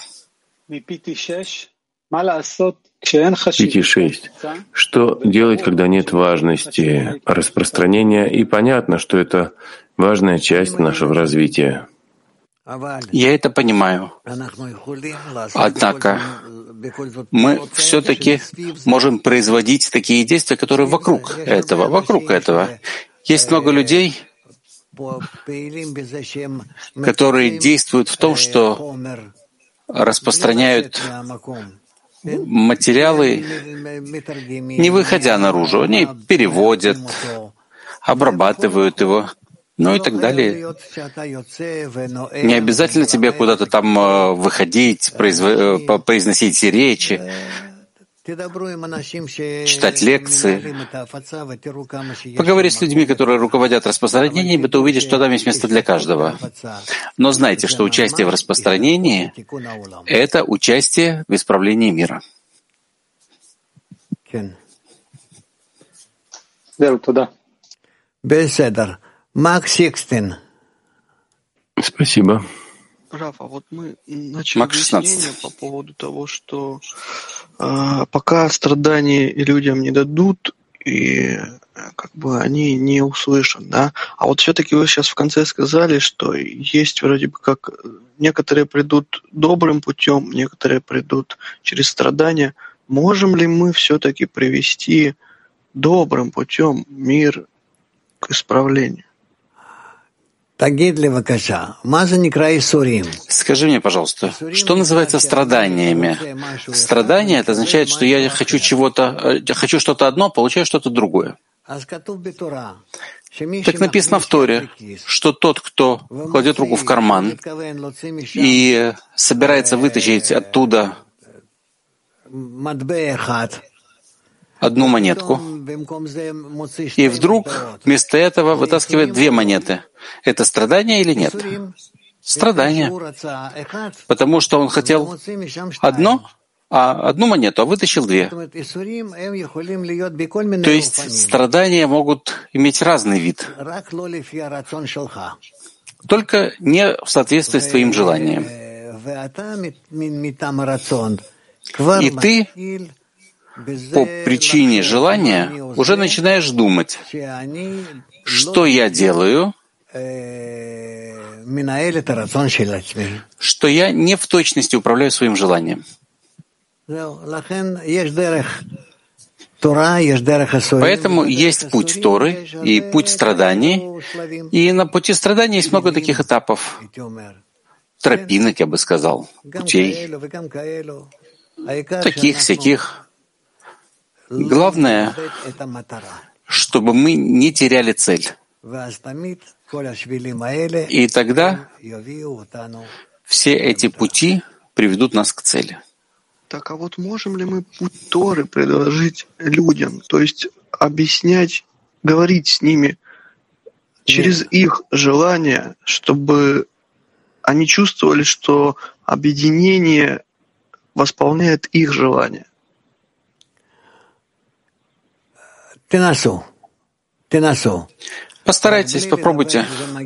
PT-6. Что делать, когда нет важности распространения, и понятно, что это важная часть нашего развития? Я это понимаю. Однако мы все-таки можем производить такие действия, которые вокруг этого. Есть много людей, которые действуют в том, что распространяют материалы, не выходя наружу. Они переводят, обрабатывают его, ну и так далее. Не обязательно тебе куда-то там выходить, произносить речи, читать лекции. Поговори с людьми, которые руководят распространением, и ты увидишь, что там есть место для каждого. Но знайте, что участие в распространении — это участие в исправлении мира. Спасибо. Раф, а вот мы начали объяснение по поводу того, что пока страдания людям не дадут, и как бы они не услышат, да. А вот все-таки вы сейчас в конце сказали, что есть вроде бы как некоторые придут добрым путем, некоторые придут через страдания. Можем ли мы все-таки привести добрым путем мир к исправлению? Скажи мне, пожалуйста, что называется страданиями? Страдание — это означает, что я хочу что-то одно, получаю что-то другое. Так написано в Торе, что тот, кто кладет руку в карман и собирается вытащить оттуда одну монетку, и вдруг вместо этого вытаскивает две монеты. Это страдание или нет? Страдание. Потому что он хотел одну монету, а вытащил две. То есть страдания могут иметь разный вид, только не в соответствии с твоим желанием. И ты по причине желания уже начинаешь думать, что я делаю, что я не в точности управляю своим желанием. Поэтому есть путь Торы и путь страданий, и на пути страданий есть много таких этапов, тропинок, я бы сказал, путей, таких-сяких. Главное, чтобы мы не теряли цель. И тогда все эти пути приведут нас к цели. Так, а вот можем ли мы путь Торы предложить людям, то есть объяснять, говорить с ними через их желания, чтобы они чувствовали, что объединение восполняет их желания? Постарайтесь, попробуйте.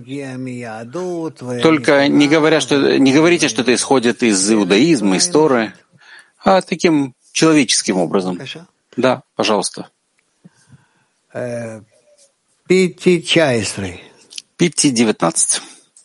Только не говорите, что это исходит из иудаизма, из Торы, а таким человеческим образом. Да, пожалуйста. 5:19.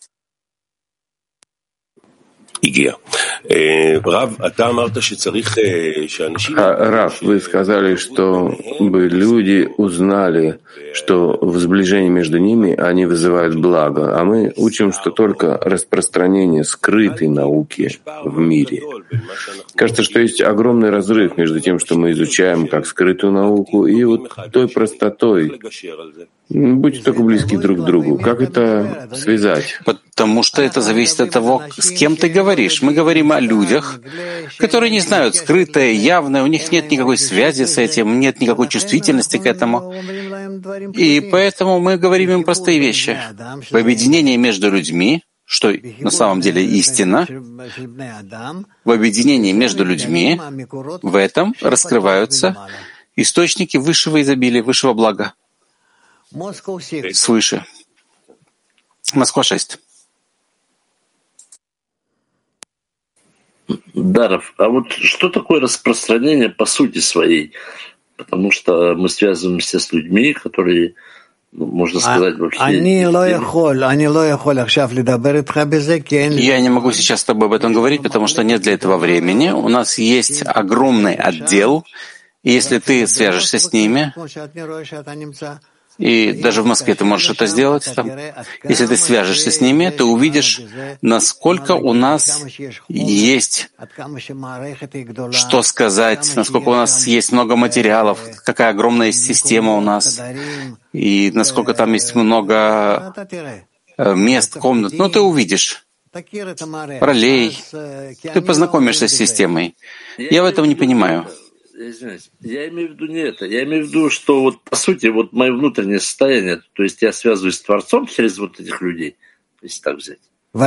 Рав, вы сказали, чтобы люди узнали, что в сближении между ними они вызывают благо, а мы учим, что только распространение скрытой науки в мире. Кажется, что есть огромный разрыв между тем, что мы изучаем как скрытую науку, и вот той простотой. Будьте только близки друг к другу. Как это связать? Потому что это зависит от того, с кем ты говоришь. Мы говорим о людях, которые не знают скрытое, явное, у них нет никакой связи с этим, нет никакой чувствительности к этому. И поэтому мы говорим им простые вещи. В объединении между людьми, что на самом деле истина, в объединении между людьми, в этом раскрываются источники высшего изобилия, высшего блага. Свыше. Москва 6. Даров, а вот что такое распространение по сути своей? Потому что мы связываемся с людьми, которые, можно сказать, вообще... Я не могу сейчас с тобой об этом говорить, потому что нет для этого времени. У нас есть огромный отдел, и если ты свяжешься с ними, и даже в Москве ты можешь это сделать. Если ты свяжешься с ними, ты увидишь, насколько у нас есть что сказать, насколько у нас есть много материалов, какая огромная система у нас, и насколько там есть много мест, комнат. Ну, ты увидишь ролей, ты познакомишься с системой. Я в этом не понимаю. Извиняюсь, я имею в виду не это. Я имею в виду, что вот по сути вот мое внутреннее состояние, то есть я связываюсь с Творцом через вот этих людей, если так взять.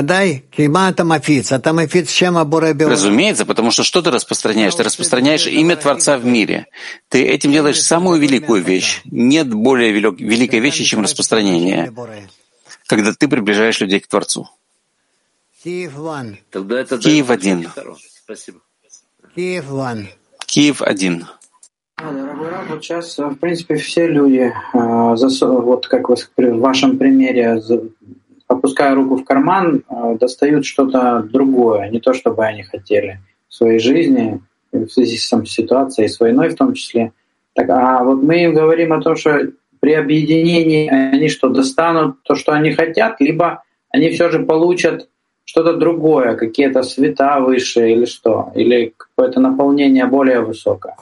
Разумеется, потому что ты распространяешь? Ты распространяешь имя Творца в мире. Ты этим делаешь самую великую вещь. Нет более великой вещи, чем распространение, когда ты приближаешь людей к Творцу. Тогда это Киев 1. Спасибо. Киев 1. Вот сейчас, в принципе, все люди, вот как в вашем примере, опуская руку в карман, достают что-то другое, не то, чтобы они хотели в своей жизни, в связи с ситуацией, с войной в том числе. Так, а вот мы им говорим о том, что при объединении они что, достанут то, что они хотят, либо они все же получат что-то другое, какие-то света выше или что, или какое-то наполнение более высокое.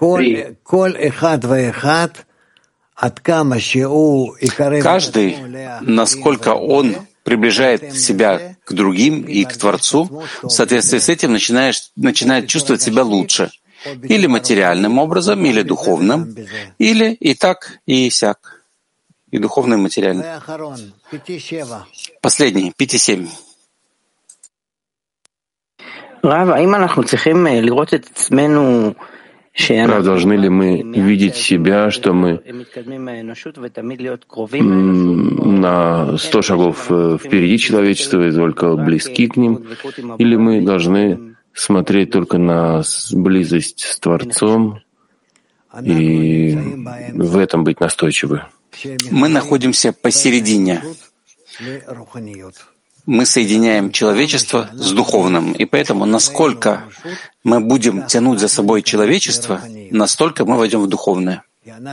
Каждый, насколько он приближает себя к другим и к Творцу, в соответствии с этим начинает чувствовать себя лучше. Или материальным образом, или духовным, или и так, и сяк. И духовным, и материальным. Последний, 5.7. Рав, должны ли мы видеть себя, что мы на 100 шагов впереди человечества и только близки к ним, или мы должны смотреть только на близость с Творцом и в этом быть настойчивы? Мы находимся посередине. Мы соединяем человечество с духовным, и поэтому насколько мы будем тянуть за собой человечество, настолько мы войдем в духовное.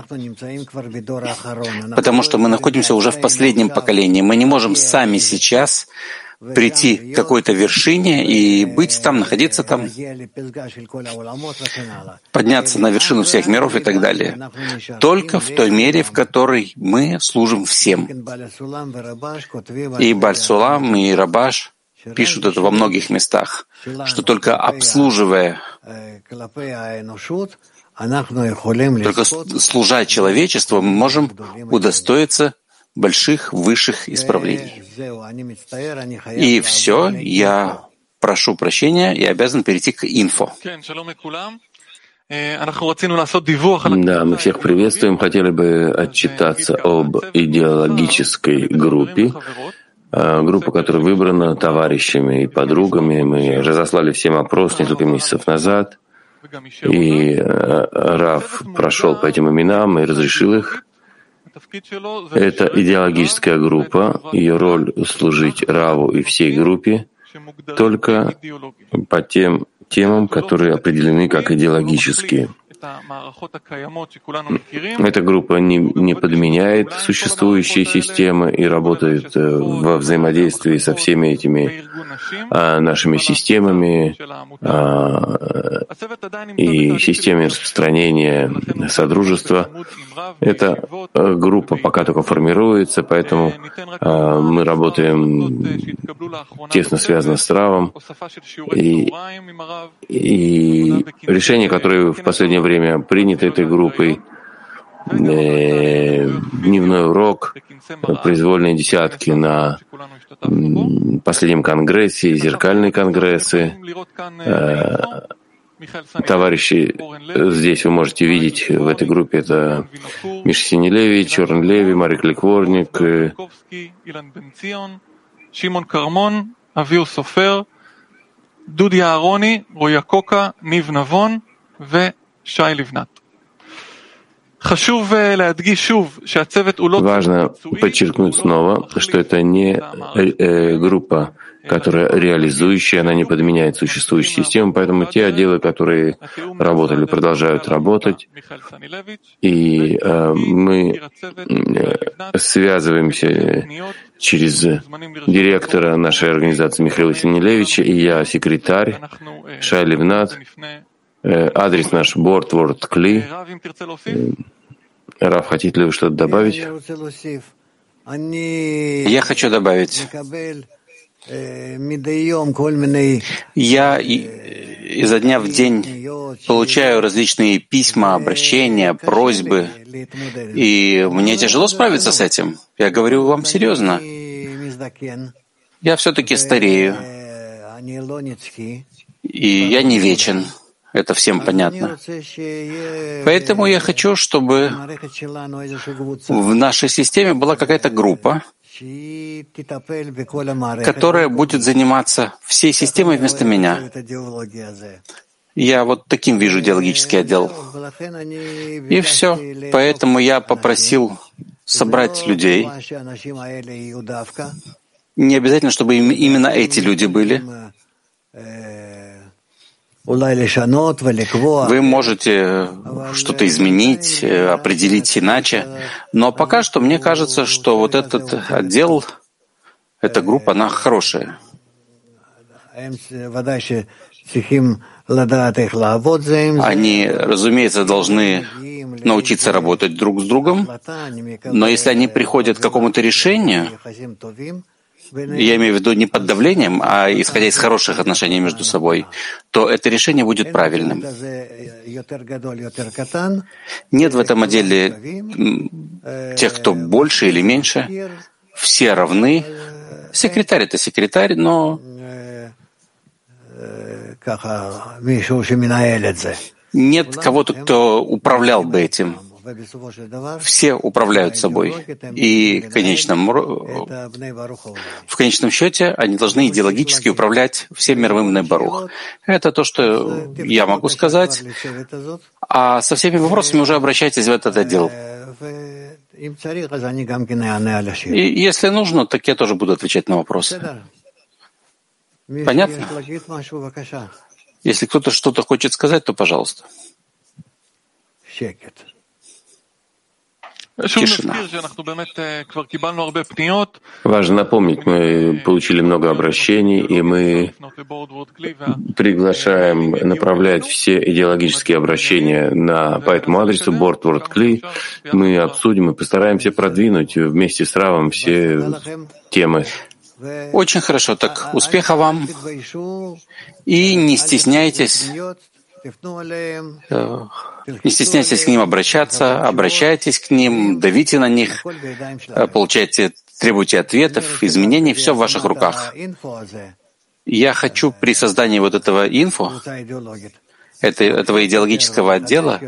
Потому что мы находимся уже в последнем поколении. Мы не можем сами сейчас прийти к какой-то вершине и быть там, находиться там, подняться на вершину всех миров и так далее. Только в той мере, в которой мы служим всем. И Баль-Сулам, и Рабаш пишут это во многих местах, что только обслуживая, только служа человечеству, мы можем удостоиться больших, высших исправлений. И все, я прошу прощения и обязан перейти к инфо. Да, мы всех приветствуем. Хотели бы отчитаться об идеологической группе. Группа, которая выбрана товарищами и подругами. Мы разослали всем опрос несколько месяцев назад. И Рав прошел по этим именам и разрешил их. Это идеологическая группа, ее роль — служить Раву и всей группе только по тем темам, которые определены как идеологические. Эта группа не подменяет существующие системы и работает во взаимодействии со всеми этими нашими системами и системами распространения содружества. Эта группа пока только формируется, поэтому мы работаем тесно связано с Равом. И решения, которые в последнее время приняты этой группой, дневной урок, произвольные десятки на последнем конгрессе, зеркальные конгрессы. Товарищи здесь вы можете видеть в этой группе — это Миша Синелевич, Черн Леви, Марик Ликворник, Шимон Кармон, Авир Софер, Дуди Аарони, Роя Кока, Нив Навон ושי לבנת. Важно подчеркнуть снова, что это не группа, которая реализующая, она не подменяет существующую систему, поэтому те отделы, которые работали, продолжают работать, и мы связываемся через директора нашей организации Михаила Синелевича, и я секретарь Шай Ливнат. Адрес наш Борт Ворд Кли. Рав, хотите ли вы что-то добавить? Я хочу добавить. Я изо дня в день получаю различные письма, обращения, просьбы, и мне тяжело справиться с этим. Я говорю вам серьезно. Я все-таки старею, и я не вечен. Это всем понятно. Поэтому я хочу, чтобы в нашей системе была какая-то группа, которая будет заниматься всей системой вместо меня. Я вот таким вижу идеологический отдел. И все. Поэтому я попросил собрать людей. Не обязательно, чтобы именно эти люди были. Вы можете что-то изменить, определить иначе. Но пока что мне кажется, что вот этот отдел, эта группа, она хорошая. Они, разумеется, должны научиться работать друг с другом, но если они приходят к какому-то решению, я имею в виду не под давлением, а исходя из хороших отношений между собой, то это решение будет правильным. Нет в этом отделе тех, кто больше или меньше. Все равны. Секретарь — это секретарь, но нет кого-то, кто управлял бы этим. Все управляют собой. И в конечном счете они должны идеологически управлять всем мировым Бней Барух. Это то, что я могу сказать. А со всеми вопросами уже обращайтесь в этот отдел. И если нужно, так я тоже буду отвечать на вопросы. Понятно? Если кто-то что-то хочет сказать, то пожалуйста. Тишина. Важно напомнить, мы получили много обращений, и мы приглашаем направлять все идеологические обращения по этому адресу BoardWordCli. Мы обсудим и постараемся продвинуть вместе с Равом все темы. Очень хорошо. Так, успеха вам. И не стесняйтесь. Не стесняйтесь к ним обращаться, обращайтесь к ним, давите на них, требуйте ответов, изменений, все в ваших руках. Я хочу при создании вот этого этого идеологического отдела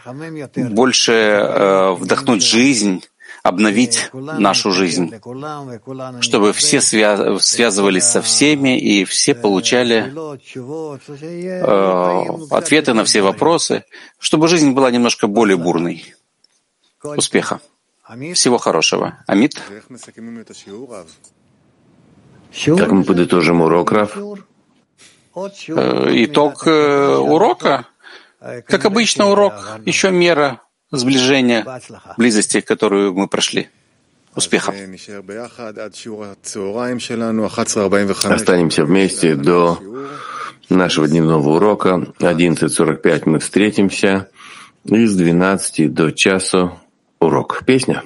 больше вдохнуть жизнь, обновить нашу жизнь, чтобы все связывались со всеми и все получали ответы на все вопросы, чтобы жизнь была немножко более бурной. Успеха. Всего хорошего. Амит. Как мы подытожим урок, Рав? Итог урока? Как обычно, урок, еще мера сближения, близости, которую мы прошли. Успехов. Останемся вместе до нашего дневного урока. 11:45 мы встретимся. И с 12 до часу урок. Песня.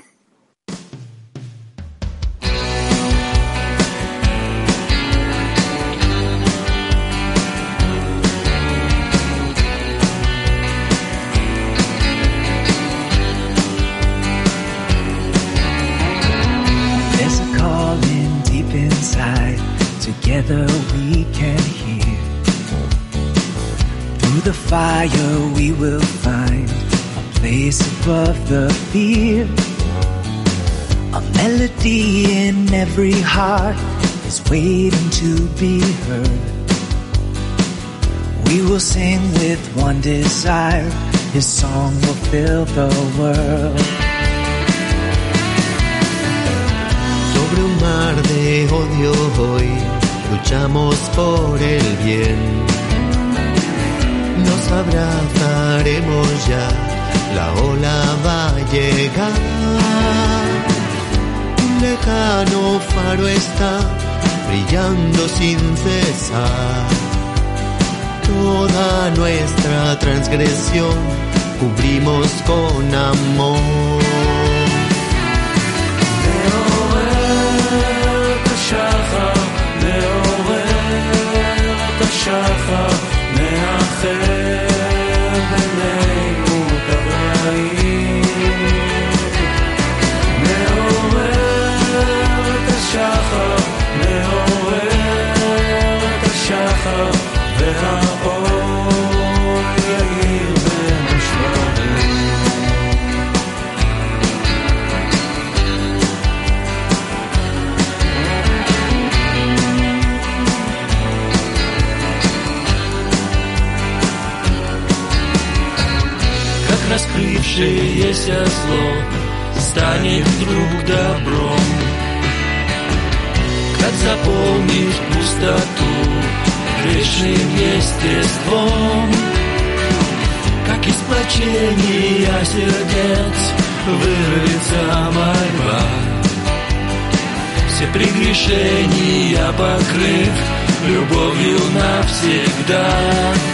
Together we can hear. Through the fire we will find a place above the fear. A melody in every heart is waiting to be heard. We will sing with one desire, His song will fill the world. Sobre un mar de odio hoy luchamos por el bien. Nos abrazaremos ya, la ola va a llegar. Un lejano faro está brillando sin cesar. Toda nuestra transgresión cubrimos con amor. שחר מאחר בינינו ברעים מעורר את השחר מעורר את השחר והאור יאיר בין השברים раскрывшееся зло станет вдруг добром. Как заполнить пустоту грешным естеством, как из сплочения сердец вырвется мольба. Все прегрешения покрыв любовью навсегда.